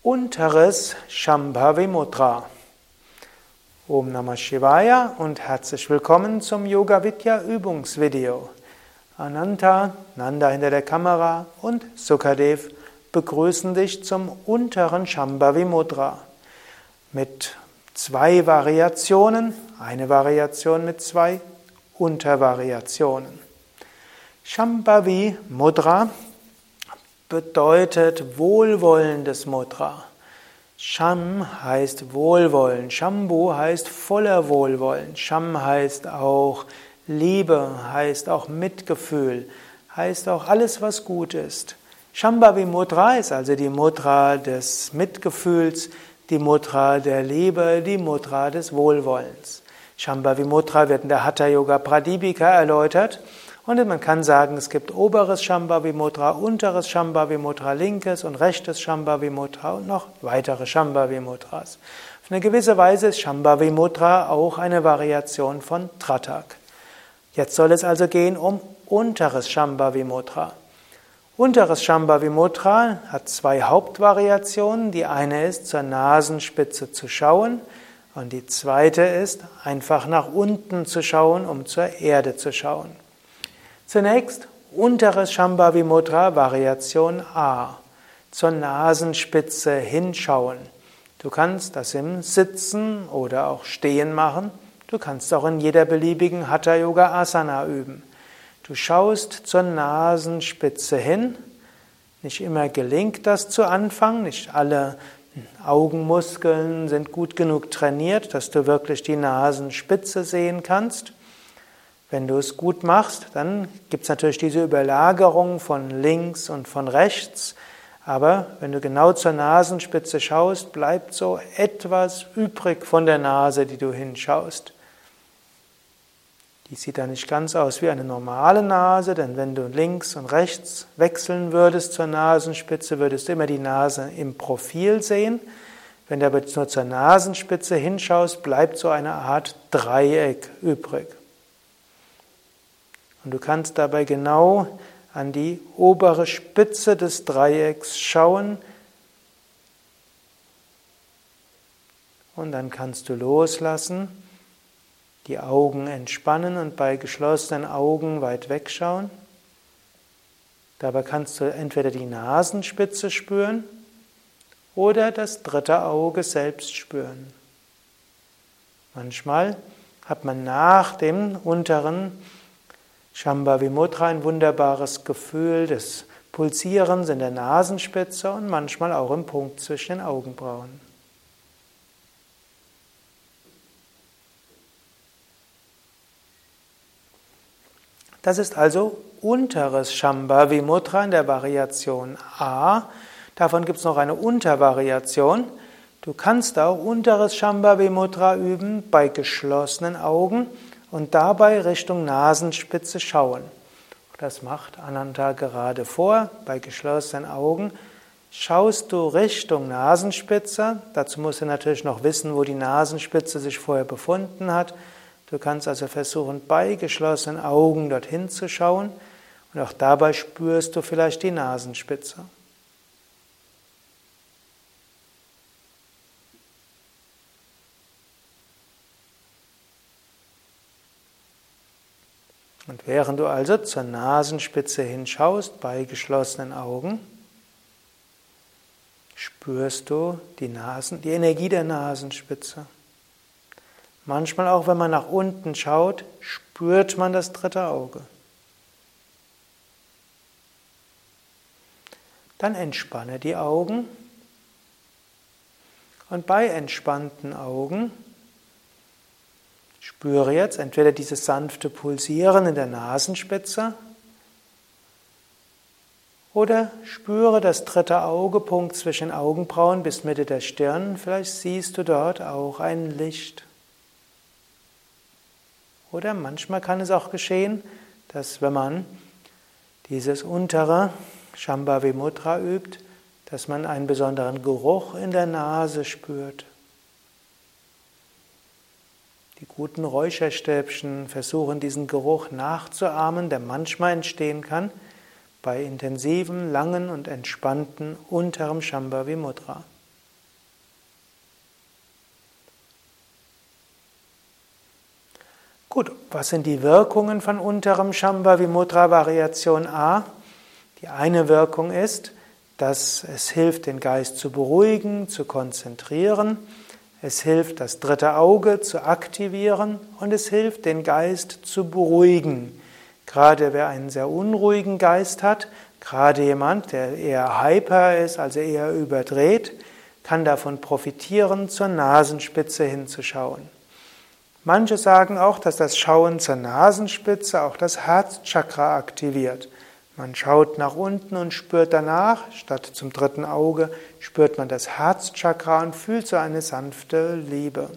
Unteres Shambhavi Mudra. Om Namah Shivaya und herzlich willkommen zum Yoga Vidya Übungsvideo. Ananta, Nanda hinter der Kamera und Sukadev begrüßen dich zum unteren Shambhavi Mudra. Mit 2 Variationen, eine Variation mit 2 Untervariationen. Shambhavi Mudra bedeutet wohlwollendes Mudra. Sham heißt Wohlwollen, Shambhu heißt voller Wohlwollen, Sham heißt auch Liebe, heißt auch Mitgefühl, heißt auch alles, was gut ist. Shambhavi Mudra ist also die Mudra des Mitgefühls, die Mudra der Liebe, die Mudra des Wohlwollens. Shambhavi Mudra wird in der Hatha Yoga Pradipika erläutert. Und man kann sagen, es gibt oberes Shambhavi Mudra, unteres Shambhavi Mudra, linkes und rechtes Shambhavi Mudra und noch weitere Shambhavi Mudras. Auf eine gewisse Weise ist Shambhavi Mudra auch eine Variation von Tratak. Jetzt soll es also gehen um unteres Shambhavi Mudra. Unteres Shambhavi Mudra hat 2 Hauptvariationen. Die eine ist, zur Nasenspitze zu schauen, und die zweite ist, einfach nach unten zu schauen, um zur Erde zu schauen. Zunächst unteres Shambhavi Mudra, Variation A. Zur Nasenspitze hinschauen. Du kannst das im Sitzen oder auch Stehen machen. Du kannst auch in jeder beliebigen Hatha Yoga Asana üben. Du schaust zur Nasenspitze hin. Nicht immer gelingt das zu Anfang. Nicht alle Augenmuskeln sind gut genug trainiert, dass du wirklich die Nasenspitze sehen kannst. Wenn du es gut machst, dann gibt es natürlich diese Überlagerung von links und von rechts. Aber wenn du genau zur Nasenspitze schaust, bleibt so etwas übrig von der Nase, die du hinschaust. Die sieht dann nicht ganz aus wie eine normale Nase, denn wenn du links und rechts wechseln würdest zur Nasenspitze, würdest du immer die Nase im Profil sehen. Wenn du aber nur zur Nasenspitze hinschaust, bleibt so eine Art Dreieck übrig. Und du kannst dabei genau an die obere Spitze des Dreiecks schauen. Und dann kannst du loslassen, die Augen entspannen und bei geschlossenen Augen weit wegschauen. Dabei kannst du entweder die Nasenspitze spüren oder das dritte Auge selbst spüren. Manchmal hat man nach dem unteren Shambhavi Mudra ein wunderbares Gefühl des Pulsierens in der Nasenspitze und manchmal auch im Punkt zwischen den Augenbrauen. Das ist also unteres Shambhavi Mudra in der Variation A. Davon gibt es noch eine Untervariation. Du kannst auch unteres Shambhavi Mudra üben bei geschlossenen Augen und dabei Richtung Nasenspitze schauen. Das macht Ananta gerade vor. Bei geschlossenen Augen schaust du Richtung Nasenspitze. Dazu musst du natürlich noch wissen, wo die Nasenspitze sich vorher befunden hat. Du kannst also versuchen, bei geschlossenen Augen dorthin zu schauen. Und auch dabei spürst du vielleicht die Nasenspitze. Und während du also zur Nasenspitze hinschaust, bei geschlossenen Augen, spürst du die Energie der Nasenspitze. Manchmal auch, wenn man nach unten schaut, spürt man das dritte Auge. Dann entspanne die Augen und bei entspannten Augen spüre jetzt entweder dieses sanfte Pulsieren in der Nasenspitze oder spüre das dritte Augepunkt zwischen den Augenbrauen bis Mitte der Stirn. Vielleicht siehst du dort auch ein Licht. Oder manchmal kann es auch geschehen, dass wenn man dieses untere Shambhavi Mudra übt, dass man einen besonderen Geruch in der Nase spürt. Die guten Räucherstäbchen versuchen, diesen Geruch nachzuahmen, der manchmal entstehen kann bei intensivem, langen und entspannten unterem Shambhavi Mudra. was sind die Wirkungen von unterem Shambhavi Mudra Variation A? Die eine Wirkung ist, dass es hilft, den Geist zu beruhigen, zu konzentrieren. Es hilft, das dritte Auge zu aktivieren und es hilft, den Geist zu beruhigen. Gerade wer einen sehr unruhigen Geist hat, gerade jemand, der eher hyper ist, also eher überdreht, kann davon profitieren, zur Nasenspitze hinzuschauen. Manche sagen auch, dass das Schauen zur Nasenspitze auch das Herzchakra aktiviert. Man schaut nach unten und spürt danach, statt zum dritten Auge, spürt man das Herzchakra und fühlt so eine sanfte Liebe.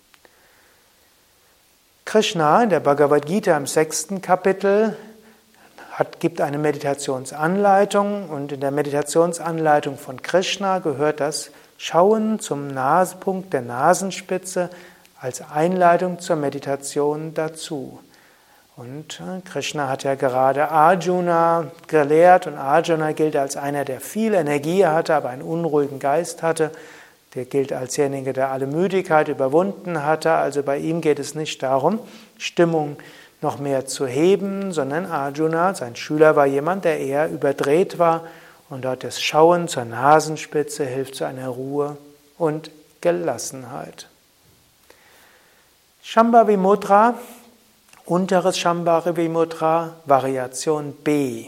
Krishna in der Bhagavad Gita im 6. Kapitel gibt eine Meditationsanleitung und in der Meditationsanleitung von Krishna gehört das Schauen zum Punkt der Nasenspitze als Einleitung zur Meditation dazu. Und Krishna hat ja gerade Arjuna gelehrt und Arjuna gilt als einer, der viel Energie hatte, aber einen unruhigen Geist hatte. Der gilt als derjenige, der alle Müdigkeit überwunden hatte. Also bei ihm geht es nicht darum, Stimmung noch mehr zu heben, sondern Arjuna, sein Schüler, war jemand, der eher überdreht war. Und dort das Schauen zur Nasenspitze hilft zu einer Ruhe und Gelassenheit. Shambhavi Mudra, unteres Shambhavi Mudra, Variation B.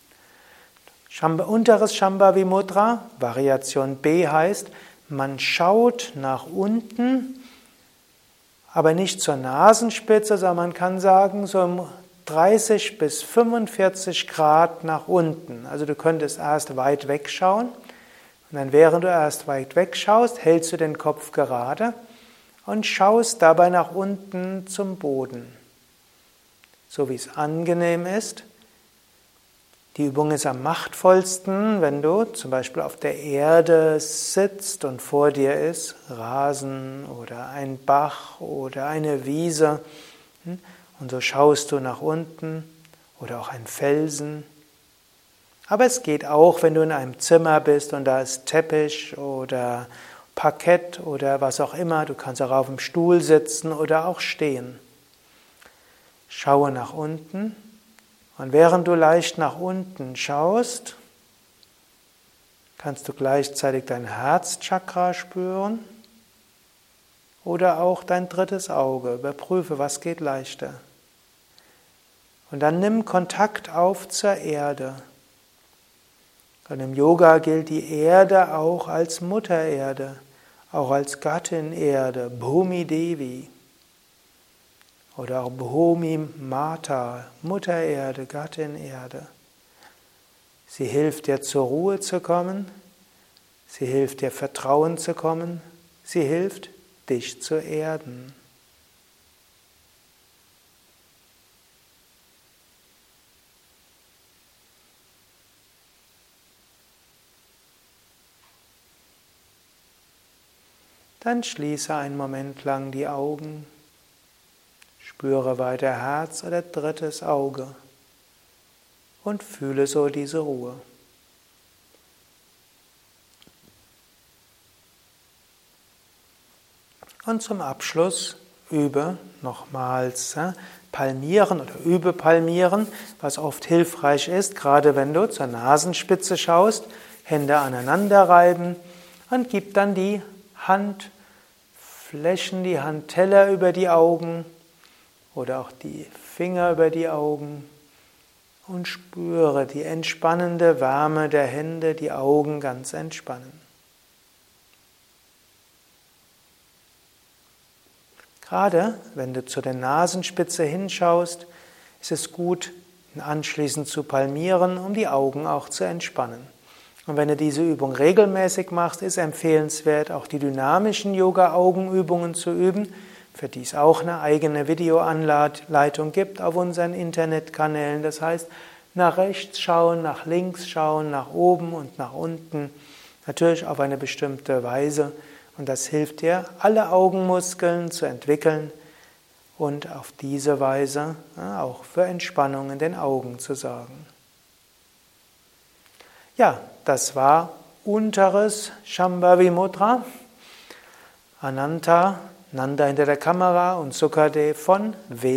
Unteres Shambhavi Mudra, Variation B heißt, man schaut nach unten, aber nicht zur Nasenspitze, sondern man kann sagen, so um 30 bis 45 Grad nach unten. Also du könntest erst weit wegschauen und dann während du erst weit wegschaust, hältst du den Kopf gerade und schaust dabei nach unten zum Boden. So wie es angenehm ist. Die Übung ist am machtvollsten, wenn du zum Beispiel auf der Erde sitzt und vor dir ist Rasen oder ein Bach oder eine Wiese. Und so schaust du nach unten oder auch ein Felsen. Aber es geht auch, wenn du in einem Zimmer bist und da ist Teppich oder Parkett oder was auch immer. Du kannst auch auf dem Stuhl sitzen oder auch stehen. Schaue nach unten und während du leicht nach unten schaust, kannst du gleichzeitig dein Herzchakra spüren oder auch dein drittes Auge. Überprüfe, was geht leichter. Und dann nimm Kontakt auf zur Erde. Und im Yoga gilt die Erde auch als Muttererde, auch als Gattin Erde, Bhumi Devi. Oder auch Bhumi Mata, Mutter Erde, Gattin Erde. Sie hilft dir zur Ruhe zu kommen, sie hilft dir Vertrauen zu kommen, sie hilft dich zu erden. Dann schließe einen Moment lang die Augen. Spüre weiter Herz oder drittes Auge und fühle so diese Ruhe. Und zum Abschluss übe nochmals Palmieren oder übe Palmieren, was oft hilfreich ist, gerade wenn du zur Nasenspitze schaust, Hände aneinander reiben und gib dann die Handflächen, die Handteller über die Augen oder auch die Finger über die Augen und spüre die entspannende Wärme der Hände, die Augen ganz entspannen. Gerade wenn du zu der Nasenspitze hinschaust, ist es gut, anschließend zu palmieren, um die Augen auch zu entspannen. Und wenn du diese Übung regelmäßig machst, ist empfehlenswert, auch die dynamischen Yoga-Augenübungen zu üben, für die es auch eine eigene Videoanleitung gibt auf unseren Internetkanälen. Das heißt, nach rechts schauen, nach links schauen, nach oben und nach unten, natürlich auf eine bestimmte Weise. Und das hilft dir, alle Augenmuskeln zu entwickeln und auf diese Weise auch für Entspannung in den Augen zu sorgen. Ja, das war unteres Shambhavi Mudra. Ananta Nanda hinter der Kamera und Sukadev von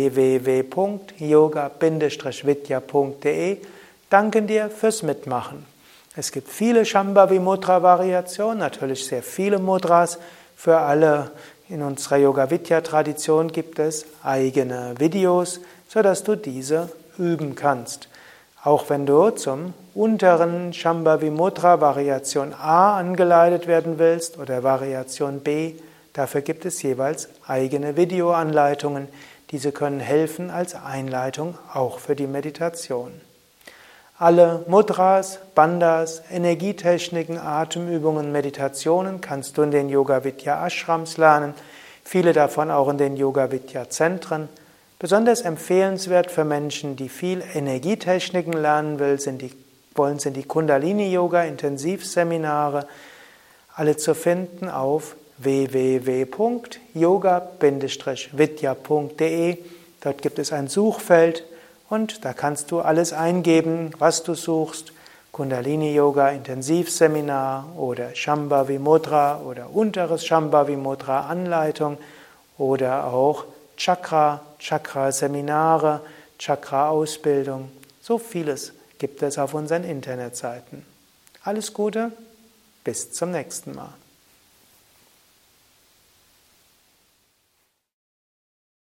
www.yoga-vidya.de danken dir fürs Mitmachen. Es gibt viele Shambhavi Mudra Variationen, natürlich sehr viele Mudras. Für alle in unserer Yoga Vidya Tradition gibt es eigene Videos, sodass du diese üben kannst. Auch wenn du zum unteren Shambhavi Mudra Variation A angeleitet werden willst oder Variation B, dafür gibt es jeweils eigene Videoanleitungen. Diese können helfen als Einleitung auch für die Meditation. Alle Mudras, Bandhas, Energietechniken, Atemübungen, Meditationen kannst du in den Yoga Vidya Ashrams lernen, viele davon auch in den Yoga Vidya Zentren. Besonders empfehlenswert für Menschen, die viel Energietechniken lernen wollen, sind die Kundalini-Yoga-Intensivseminare, alle zu finden auf www.yoga-vidya.de. Dort gibt es ein Suchfeld und da kannst du alles eingeben, was du suchst. Kundalini-Yoga-Intensivseminar oder Shambhavi Mudra oder unteres Shambhavi Mudra Anleitung oder auch Chakra-Seminare, Chakra-Ausbildung. So vieles gibt es auf unseren Internetseiten. Alles Gute, bis zum nächsten Mal.